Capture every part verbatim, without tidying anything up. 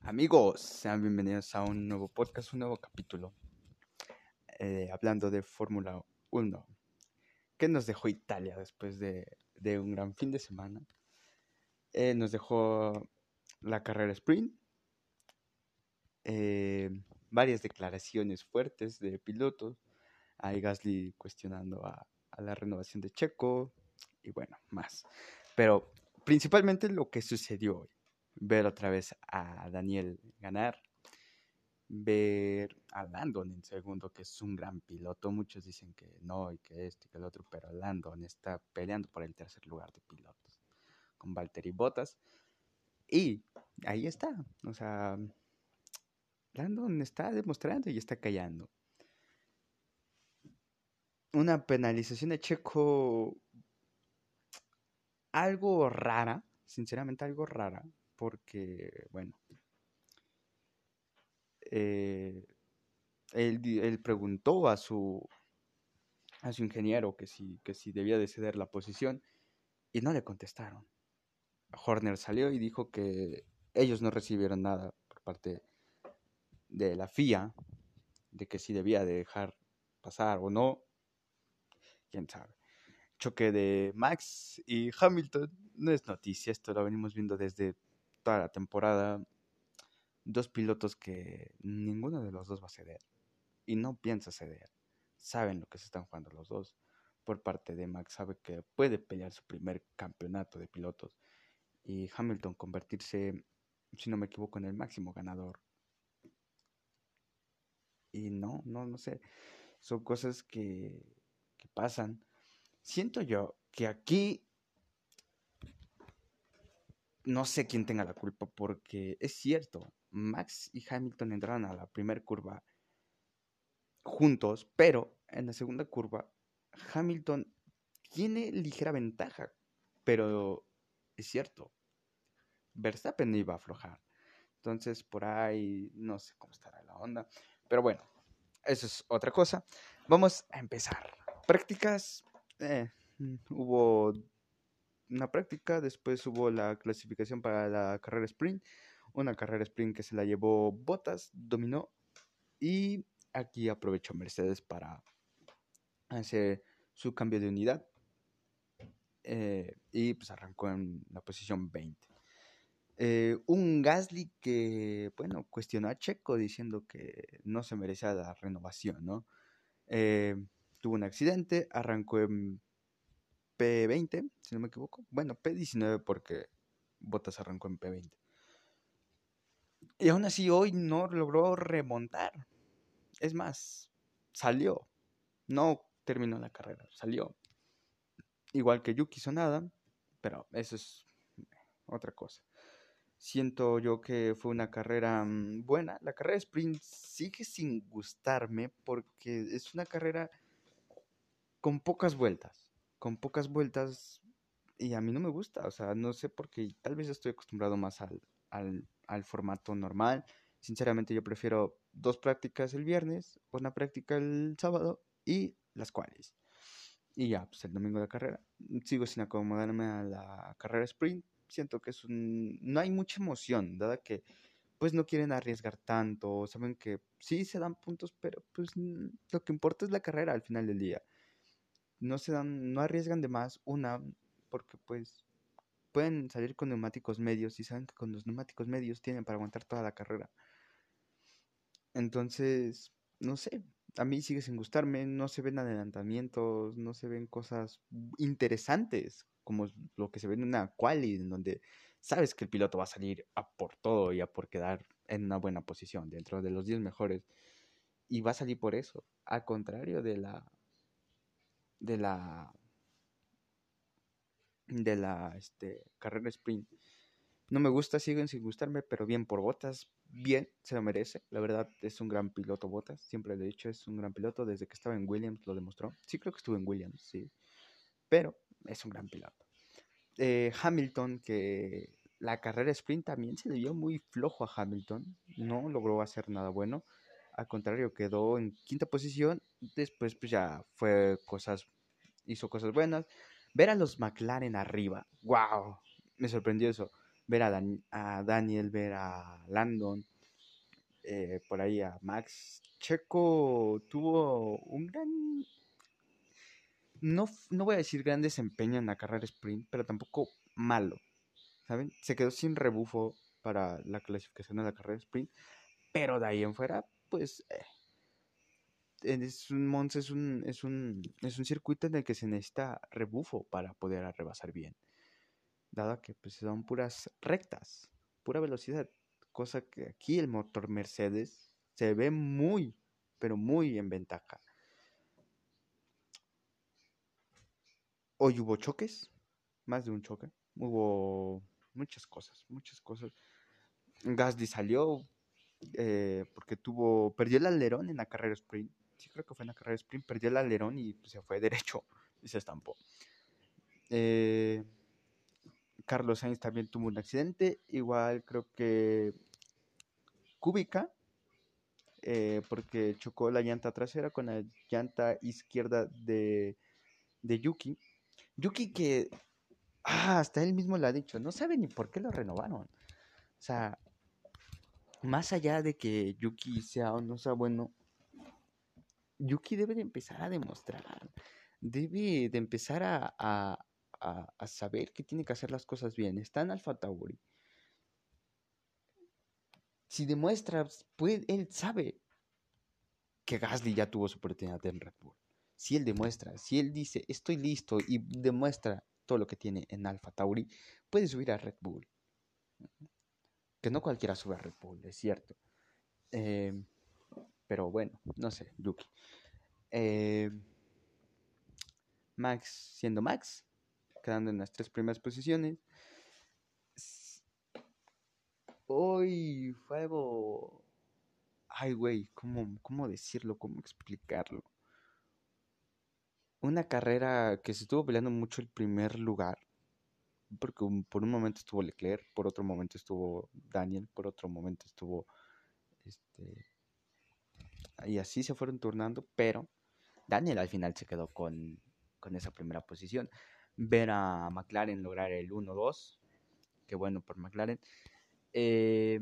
Amigos, sean bienvenidos a un nuevo podcast, un nuevo capítulo, eh, hablando de Fórmula uno. ¿Qué nos dejó Italia después de, de un gran fin de semana? Eh, nos dejó la carrera sprint, eh, varias declaraciones fuertes de pilotos, hay Gasly cuestionando a, a la renovación de Checo y bueno, más. Pero principalmente lo que sucedió hoy, ver otra vez a Daniel ganar, ver a Landon en segundo, que es un gran piloto. Muchos dicen que no, y que esto y que el otro, pero Landon está peleando por el tercer lugar de pilotos con Valtteri Bottas. Y ahí está. O sea, Landon está demostrando y está callando. Una penalización de Checo algo rara, sinceramente algo rara, porque, bueno, eh, él, él preguntó a su, a su ingeniero que si, que si debía de ceder la posición y no le contestaron. Horner salió y dijo que ellos no recibieron nada por parte de la F I A, de que si debía de dejar pasar o no, quién sabe. Choque de Max y Hamilton no es noticia, esto lo venimos viendo desde toda la temporada. Dos pilotos que ninguno de los dos va a ceder y no piensa ceder. Saben lo que se están jugando los dos. Por parte de Max sabe que puede pelear su primer campeonato de pilotos y Hamilton convertirse, si no me equivoco, en el máximo ganador. Y no, no, no sé, son cosas que, que pasan. Siento yo que aquí no sé quién tenga la culpa porque es cierto, Max y Hamilton entraron a la primera curva juntos, pero en la segunda curva Hamilton tiene ligera ventaja, pero es cierto, Verstappen iba a aflojar. Entonces, por ahí no sé cómo estará la onda. Pero bueno, eso es otra cosa. Vamos a empezar. Prácticas. Eh, hubo una práctica, después hubo la clasificación para la carrera sprint. Una carrera sprint que se la llevó Bottas, dominó. Y aquí aprovechó Mercedes para hacer su cambio de unidad. Eh, y pues arrancó en la posición veinte. Eh, un Gasly que, bueno, cuestionó a Checo diciendo que no se merecía la renovación, ¿no? Eh, tuvo un accidente, arrancó en P veinte, si no me equivoco. Bueno, P diecinueve porque Bottas arrancó en P veinte. Y aún así hoy no logró remontar. Es más, salió. No terminó la carrera, salió. Igual que Yuki Tsunoda, pero eso es otra cosa. Siento yo que fue una carrera mmm, buena. La carrera de sprint sigue sin gustarme porque es una carrera con pocas vueltas. Con pocas vueltas y a mí no me gusta. O sea, no sé por qué. Tal vez estoy acostumbrado más al, al, al formato normal. Sinceramente yo prefiero dos prácticas el viernes, una práctica el sábado y las cuales. Y ya, pues el domingo de carrera. Sigo sin acomodarme a la carrera sprint. Siento que es un... no hay mucha emoción, dada que pues no quieren arriesgar tanto, saben que sí se dan puntos, pero pues lo que importa es la carrera al final del día. No se dan, no arriesgan de más, una, porque pues pueden salir con neumáticos medios y saben que con los neumáticos medios tienen para aguantar toda la carrera. Entonces, no sé, a mí sigue sin gustarme, no se ven adelantamientos, no se ven cosas interesantes, como lo que se ve en una quali, en donde sabes que el piloto va a salir a por todo y a por quedar en una buena posición, dentro de los diez mejores, y va a salir por eso, al contrario de la, de la, de la este, carrera sprint. No me gusta, siguen sin gustarme, pero bien por Bottas, bien, se lo merece. La verdad es un gran piloto Bottas, siempre lo he dicho, es un gran piloto, desde que estaba en Williams lo demostró. Sí, creo que estuvo en Williams, sí, pero es un gran piloto. Eh, Hamilton, que la carrera sprint también se le vio muy flojo a Hamilton, no logró hacer nada bueno, al contrario, quedó en quinta posición, después pues ya fue cosas, hizo cosas buenas. Ver a los McLaren arriba, wow, me sorprendió eso. ver a, Dan- a Daniel, ver a Landon, eh, por ahí a Max. Checo tuvo un gran, no, no voy a decir gran desempeño en la carrera sprint, pero tampoco malo, ¿saben? Se quedó sin rebufo para la clasificación de la carrera sprint, pero de ahí en fuera, pues eh, es un Monza, es un, es un, es un circuito en el que se necesita rebufo para poder rebasar bien, dado que pues son puras rectas, pura velocidad, cosa que aquí el motor Mercedes se ve muy, pero muy en ventaja. Hoy hubo choques, más de un choque, hubo muchas cosas, muchas cosas. Gasly salió eh, porque tuvo, perdió el alerón en la carrera sprint, sí creo que fue en la carrera sprint, perdió el alerón y pues, se fue derecho y se estampó. Eh, Carlos Sainz también tuvo un accidente, igual creo que Kubica, eh, porque chocó la llanta trasera con la llanta izquierda de, de Yuki. Yuki que, ah, hasta él mismo lo ha dicho, no sabe ni por qué lo renovaron. O sea, más allá de que Yuki sea o no sea bueno, Yuki debe de empezar a demostrar, debe de empezar a, a, a, a saber que tiene que hacer las cosas bien. Está en Alpha Tauri. Si demuestra, puede, él sabe que Gasly ya tuvo su oportunidad en Red Bull. Si él demuestra, si él dice estoy listo y demuestra todo lo que tiene en Alpha Tauri, puede subir a Red Bull. Que no cualquiera sube a Red Bull, es cierto. Eh, pero bueno, no sé, Yuki. Eh, Max siendo Max, quedando en las tres primeras posiciones. Hoy fue algo... Ay, güey, ¿cómo, ¿cómo decirlo? ¿Cómo explicarlo? Una carrera que se estuvo peleando mucho el primer lugar, porque un, por un momento estuvo Leclerc, por otro momento estuvo Daniel, por otro momento estuvo... Este, y así se fueron turnando, pero Daniel al final se quedó con, con esa primera posición. Ver a McLaren lograr el uno dos, que bueno por McLaren. Eh,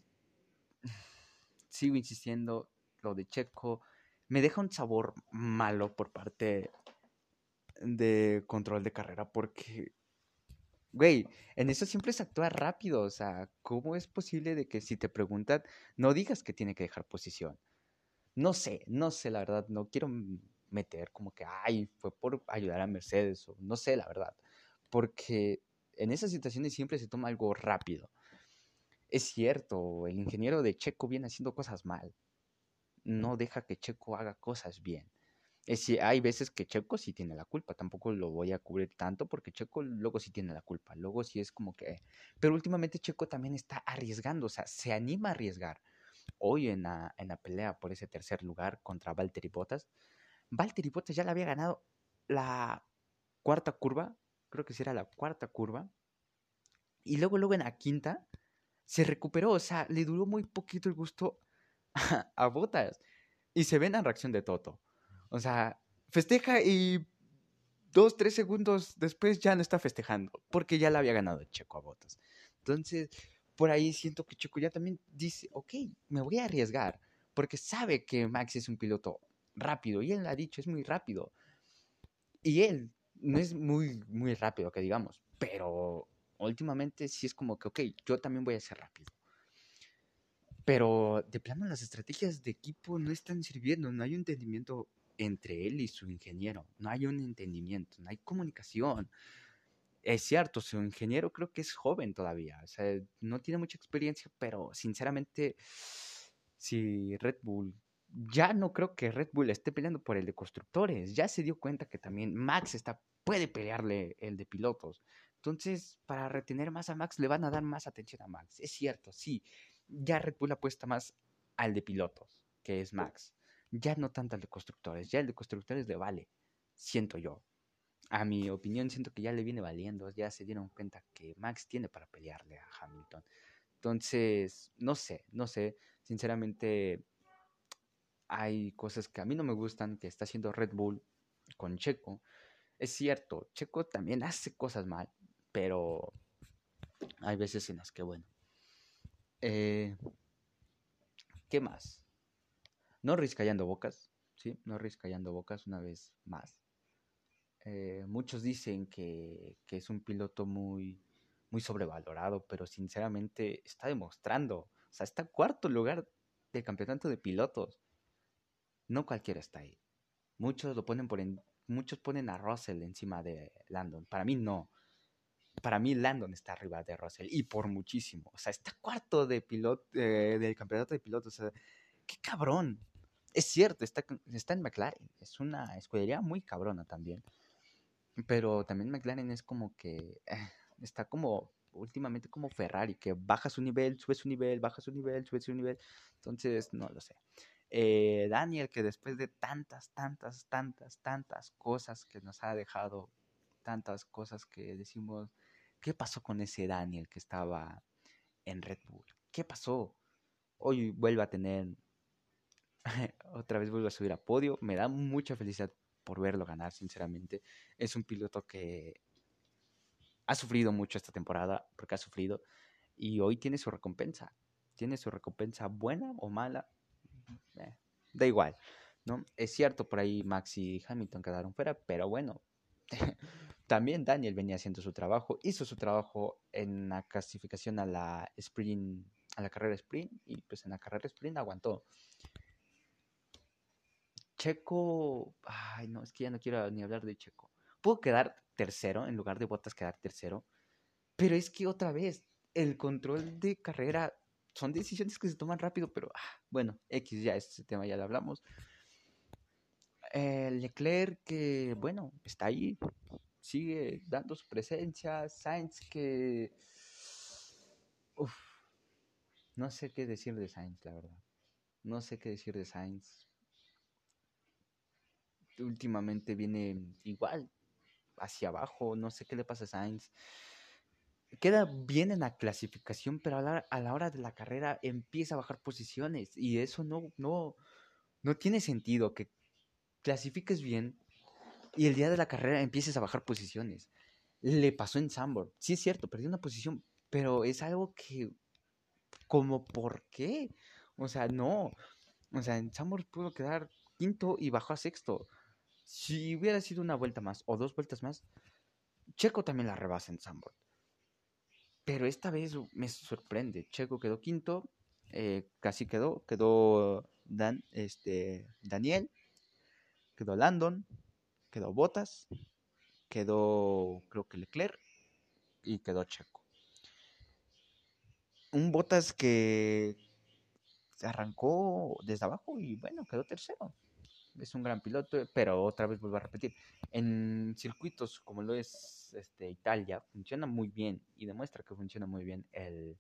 sigo insistiendo, lo de Checo me deja un sabor malo por parte de control de carrera porque, güey, en eso siempre se actúa rápido, o sea, ¿cómo es posible de que si te preguntan no digas que tiene que dejar posición? No sé, no sé, la verdad, no quiero meter como que, ay, fue por ayudar a Mercedes, o no sé, la verdad, porque en esas situaciones siempre se toma algo rápido. Es cierto, el ingeniero de Checo viene haciendo cosas mal, no deja que Checo haga cosas bien. Es decir, hay veces que Checo sí tiene la culpa, tampoco lo voy a cubrir tanto porque Checo luego sí tiene la culpa, luego sí es como que... Pero últimamente Checo también está arriesgando, o sea, se anima a arriesgar. Hoy en la, en la pelea por ese tercer lugar contra Valtteri Bottas, Valtteri Bottas ya le había ganado la cuarta curva, creo que sí era la cuarta curva, y luego, luego en la quinta se recuperó, o sea, le duró muy poquito el gusto a, a Bottas. Y se ve en la reacción de Toto. O sea, festeja y dos, tres segundos después ya no está festejando, porque ya le había ganado Checo a Bottas. Entonces, por ahí siento que Checo ya también dice, ok, me voy a arriesgar, porque sabe que Max es un piloto rápido, y él lo ha dicho, es muy rápido. Y él no es muy, muy rápido, que digamos, pero últimamente sí es como que, ok, yo también voy a ser rápido. Pero de plano las estrategias de equipo no están sirviendo, no hay un entendimiento entre él y su ingeniero, no hay un entendimiento, no hay comunicación. Es cierto, su ingeniero creo que es joven todavía, o sea, no tiene mucha experiencia, pero sinceramente, si Red Bull, ya no creo que Red Bull esté peleando por el de constructores, ya se dio cuenta que también Max está, puede pelearle el de pilotos. Entonces, para retener más a Max, le van a dar más atención a Max. Es cierto, sí, ya Red Bull apuesta más al de pilotos, que es Max. Ya no tanto al de constructores, ya el de constructores le vale, siento yo. A mi opinión, siento que ya le viene valiendo, ya se dieron cuenta que Max tiene para pelearle a Hamilton. Entonces, no sé, no sé, sinceramente hay cosas que a mí no me gustan que está haciendo Red Bull con Checo. Es cierto, Checo también hace cosas mal, pero Hay veces en las que, bueno, eh, ¿qué más? Norris callando bocas, ¿sí? Norris callando bocas una vez más. Eh, muchos dicen que, que es un piloto muy, muy sobrevalorado, pero sinceramente está demostrando, o sea, está en cuarto lugar del campeonato de pilotos. No cualquiera está ahí. Muchos lo ponen por en, muchos ponen a Russell encima de Landon. Para mí no. Para mí Landon está arriba de Russell y por muchísimo. O sea, está cuarto de piloto eh, del campeonato de pilotos. O sea, qué cabrón. Es cierto, está, está en McLaren. Es una escudería muy cabrona también. Pero también McLaren es como que eh, está como últimamente como Ferrari, que baja su nivel, sube su nivel, baja su nivel, sube su nivel. Entonces, no lo sé. Eh, Daniel, que después de tantas, tantas, tantas, tantas cosas que nos ha dejado, tantas cosas que decimos, ¿qué pasó con ese Daniel que estaba en Red Bull? ¿Qué pasó? Hoy vuelve a tener, otra vez vuelve a subir a podio. Me da mucha felicidad por verlo ganar, sinceramente. Es un piloto que ha sufrido mucho esta temporada, porque ha sufrido, y hoy tiene su recompensa. Tiene su recompensa buena o mala, eh, da igual, ¿no? Es cierto, por ahí Max y Hamilton quedaron fuera, pero bueno, también Daniel venía haciendo su trabajo, hizo su trabajo en la clasificación a la sprint, a la carrera sprint, y pues en la carrera sprint aguantó. Checo, ay, no, es que ya no quiero ni hablar de Checo. Puedo quedar tercero, en lugar de Bottas quedar tercero, pero es que otra vez, el control de carrera son decisiones que se toman rápido, pero ah, bueno, X ya, este tema ya lo hablamos. Eh, Leclerc que, bueno, está ahí, sigue dando su presencia. Sainz que... Uf, no sé qué decir de Sainz, la verdad. No sé qué decir de Sainz. Últimamente viene igual, hacia abajo. No sé qué le pasa a Sainz. Queda bien en la clasificación, pero a la, a la hora de la carrera empieza a bajar posiciones. Y eso no, no, no tiene sentido, que clasifiques bien y el día de la carrera empieces a bajar posiciones. Le pasó en Sambor. Sí es cierto, perdió una posición, pero es algo que, como, ¿por qué? O sea, no. O sea, en Sambor pudo quedar quinto y bajó a sexto. Si hubiera sido una vuelta más o dos vueltas más, Checo también la rebasa en Sambor. Pero esta vez me sorprende. Checo quedó quinto, eh, casi quedó, quedó Dan, este, Daniel, quedó Landon, quedó Bottas, quedó creo que Leclerc y quedó Checo. Un Bottas que arrancó desde abajo y bueno, quedó tercero. Es un gran piloto, pero otra vez vuelvo a repetir, en circuitos como lo es este, Italia, funciona muy bien y demuestra que funciona muy bien el,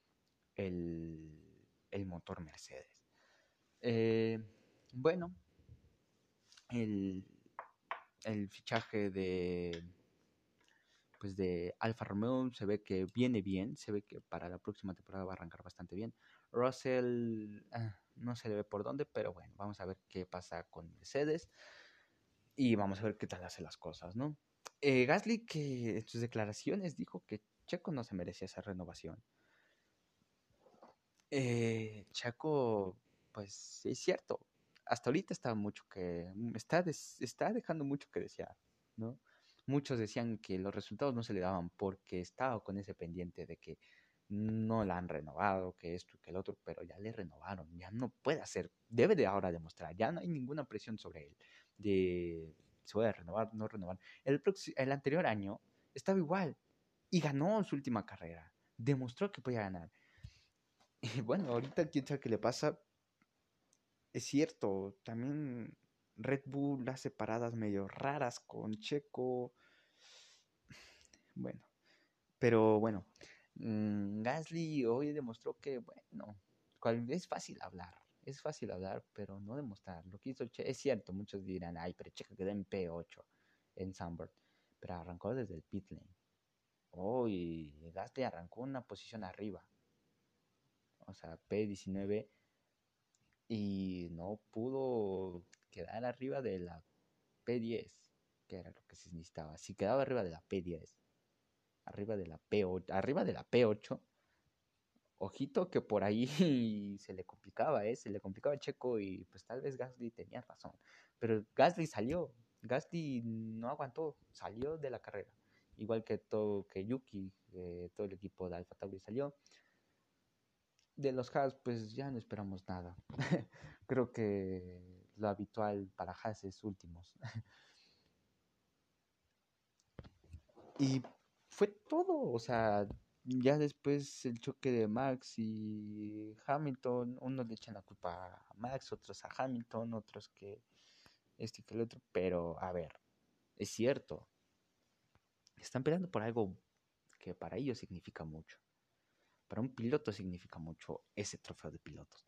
el, el motor Mercedes. Eh, bueno, el, el fichaje de pues de Alfa Romeo se ve que viene bien, se ve que para la próxima temporada va a arrancar bastante bien. Russell eh, no se le ve por dónde, pero bueno, vamos a ver qué pasa con Mercedes y vamos a ver qué tal hace las cosas, ¿no? Eh, Gasly que en sus declaraciones dijo que Checo no se merecía esa renovación. Eh, Checo, pues es cierto, hasta ahorita está mucho que está, des, está dejando mucho que desear, ¿no? Muchos decían que los resultados no se le daban porque estaba con ese pendiente de que no la han renovado, que esto y que el otro, pero ya le renovaron, ya no puede hacer, debe de ahora demostrar, ya no hay ninguna presión sobre él de se puede renovar, no renovar. El, el anterior año estaba igual y ganó su última carrera, demostró que podía ganar. Y bueno, ahorita quién sabe qué le pasa. Es cierto, también Red Bull hace paradas medio raras con Checo. Bueno, pero bueno, mmm, Gasly hoy demostró que, bueno, es fácil hablar, es fácil hablar, pero no demostrar. Lo que hizo Checo, es cierto, muchos dirán, ay, pero Checo quedó en P ocho en Zandvoort, pero arrancó desde el pit lane. Hoy oh, Gasly arrancó una posición arriba, o sea, P diecinueve, y no pudo quedar arriba de la P diez, que era lo que se necesitaba. Si quedaba arriba de la P diez, arriba de la P ocho, arriba de la P ocho, ojito que por ahí se le complicaba, ¿eh? Se le complicaba a Checo y pues tal vez Gasly tenía razón. Pero Gasly salió, Gasly no aguantó, salió de la carrera. Igual que, todo, que Yuki, eh, todo el equipo de Alfa Tauri salió. De los Haas, pues ya no esperamos nada. Creo que lo habitual para Haas es últimos. Y fue todo, o sea, ya después el choque de Max y Hamilton, unos le echan la culpa a Max, otros a Hamilton, otros que este y que el otro, pero a ver, es cierto, están peleando por algo que para ellos significa mucho, para un piloto significa mucho ese trofeo de pilotos.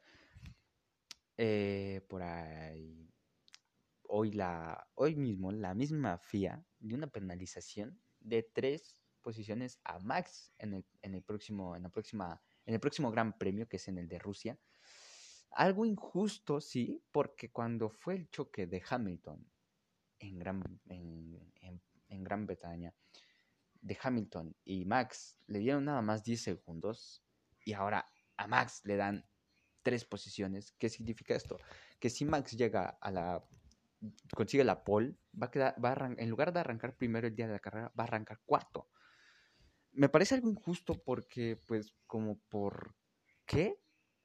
Eh, por ahí, hoy, la, hoy mismo la misma F I A dio una penalización de tres posiciones a Max en el, en el próximo, en la próxima, en el próximo Gran Premio, que es en el de Rusia. Algo injusto, sí, porque cuando fue el choque de Hamilton en Gran, en, en, en Gran Bretaña, de Hamilton y Max le dieron nada más diez segundos y ahora a Max le dan tres posiciones. ¿Qué significa esto? Que si Max llega a la consigue la pole, va a quedar, va a arran- en lugar de arrancar primero el día de la carrera, va a arrancar cuarto. Me parece algo injusto porque, pues, como por qué,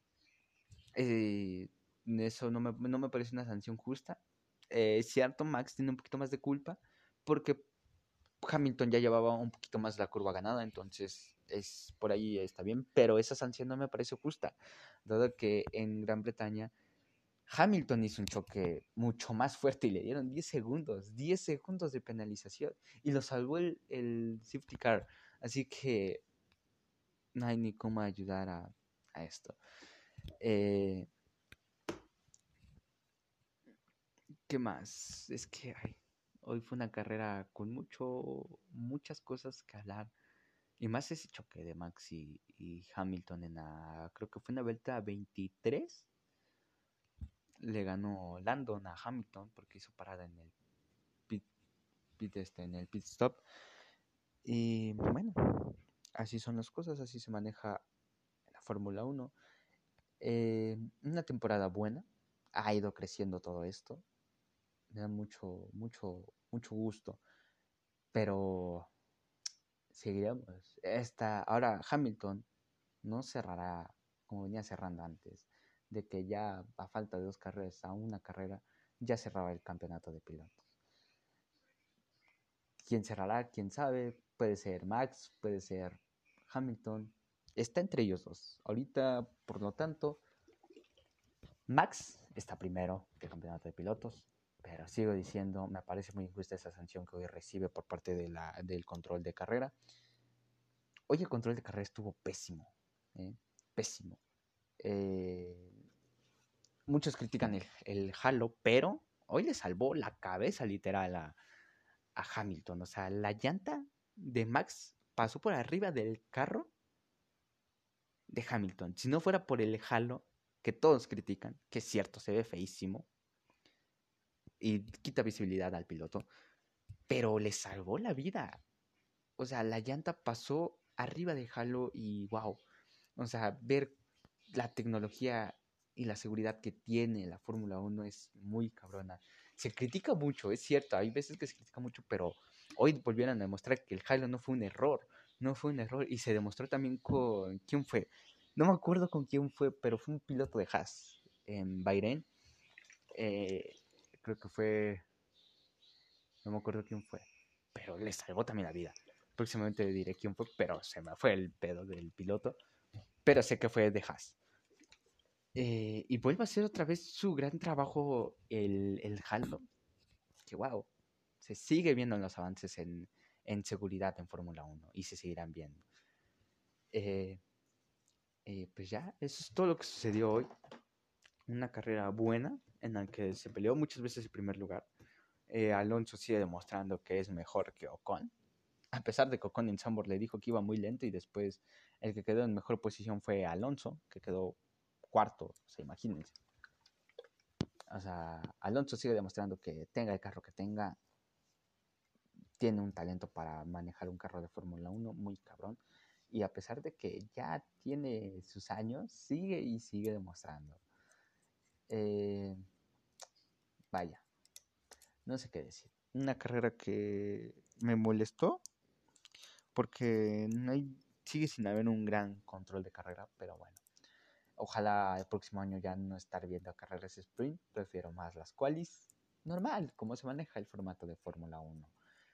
eh, eso no me, no me parece una sanción justa. Eh, es cierto, Max tiene un poquito más de culpa porque Hamilton ya llevaba un poquito más la curva ganada, entonces es por ahí está bien, pero esa sanción no me parece justa, dado que en Gran Bretaña Hamilton hizo un choque mucho más fuerte y le dieron diez segundos, diez segundos de penalización y lo salvó el, el safety car. Así que no hay ni cómo ayudar a, a esto. Eh, ¿Qué más? Es que ay, hoy fue una carrera con mucho, muchas cosas que hablar. Y más ese choque de Max y, y Hamilton en la, creo que fue en la vuelta veintitrés. Le ganó Landon a Hamilton porque hizo parada en el pit, pit este, en el pit stop. Y bueno, así son las cosas, así se maneja la Fórmula uno. Eh, una temporada buena, ha ido creciendo todo esto, me da mucho, mucho, mucho gusto, pero seguiremos. Esta, ahora Hamilton no cerrará como venía cerrando antes, de que ya a falta de dos carreras a una carrera, ya cerraba el campeonato de pilotos. ¿Quién cerrará? ¿Quién sabe? Puede ser Max, puede ser Hamilton. Está entre ellos dos. Ahorita, por lo tanto, Max está primero del campeonato de pilotos. Pero sigo diciendo, me parece muy injusta esa sanción que hoy recibe por parte de la, del control de carrera. Hoy el control de carrera estuvo pésimo. ¿eh? Pésimo. Eh, muchos critican el, el halo, pero hoy le salvó la cabeza literal a, a Hamilton. O sea, la llanta de Max pasó por arriba del carro de Hamilton. Si no fuera por el halo que todos critican, que es cierto, se ve feísimo y quita visibilidad al piloto, pero le salvó la vida. O sea, la llanta pasó arriba de halo y wow. O sea, ver la tecnología y la seguridad que tiene la Fórmula uno es muy cabrona. Se critica mucho, es cierto, hay veces que se critica mucho, pero hoy volvieron a demostrar que el halo no fue un error, no fue un error, y se demostró también con, ¿quién fue? No me acuerdo con quién fue, pero fue un piloto de Haas en Bahrein, eh, creo que fue, no me acuerdo quién fue, pero le salvó también la vida. Próximamente diré quién fue, pero se me fue el pedo del piloto, pero sé que fue de Haas. Eh, y vuelve a hacer otra vez su gran trabajo el, el Halo. Que wow, se sigue viendo los avances en, en seguridad en Fórmula uno y se seguirán viendo. Eh, eh, pues ya, eso es todo lo que sucedió hoy. Una carrera buena en la que se peleó muchas veces el primer lugar. Eh, Alonso sigue demostrando que es mejor que Ocon. A pesar de que Ocon en Zandvoort le dijo que iba muy lento y después el que quedó en mejor posición fue Alonso, que quedó cuarto, o sea, imagínense. O sea, Alonso sigue demostrando que tenga el carro que tenga, tiene un talento para manejar un carro de Fórmula uno muy cabrón. Y a pesar de que ya tiene sus años, sigue y sigue demostrando. Eh, vaya, no sé qué decir. Una carrera que me molestó porque no hay, sigue sin haber un gran Control de carrera, pero bueno. Ojalá el próximo año ya no estar viendo carreras sprint, prefiero más las qualis. Normal, como se maneja el formato de Fórmula uno.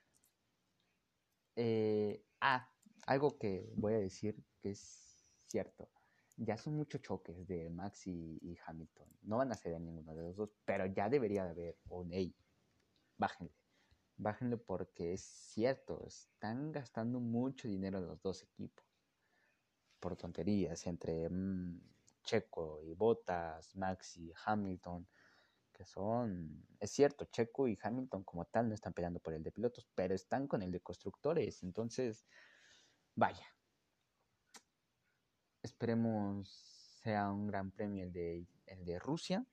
Eh, ah, algo que voy a decir que es cierto. Ya son muchos choques de Max y, y Hamilton. No van a ceder ninguno de los dos, pero ya debería de haber un hey, bájenle. Bájenle porque es cierto, están gastando mucho dinero los dos equipos por tonterías entre mmm, Checo y Bottas, Max y Hamilton, que son, es cierto, Checo y Hamilton como tal no están peleando por el de pilotos, pero están con el de constructores, entonces, vaya, esperemos sea un gran premio el de, el de Rusia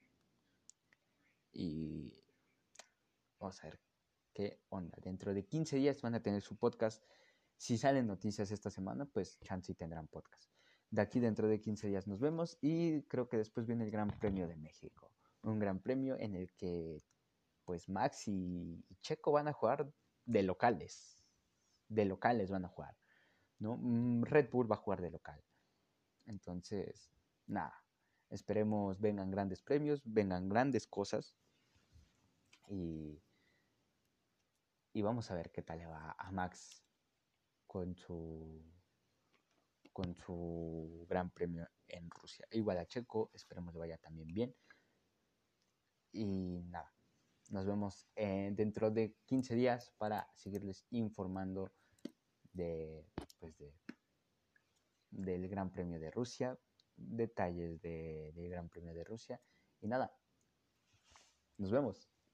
y vamos a ver qué onda. Dentro de quince días van a tener su podcast. Si salen noticias esta semana, pues chance y tendrán podcast. De aquí dentro de quince días nos vemos y creo que después viene el Gran Premio de México. Un gran premio en el que pues Max y Checo van a jugar de locales. De locales van a jugar, ¿no? Red Bull va a jugar de local. Entonces, nada, esperemos vengan grandes premios, vengan grandes cosas y, y vamos a ver qué tal le va a Max con su con su gran premio en Rusia. Igual a Checo, esperemos le vaya también bien. Y nada, nos vemos eh, dentro de quince días para seguirles informando de, pues de, del Gran Premio de Rusia, detalles de, del Gran Premio de Rusia. Y nada, nos vemos.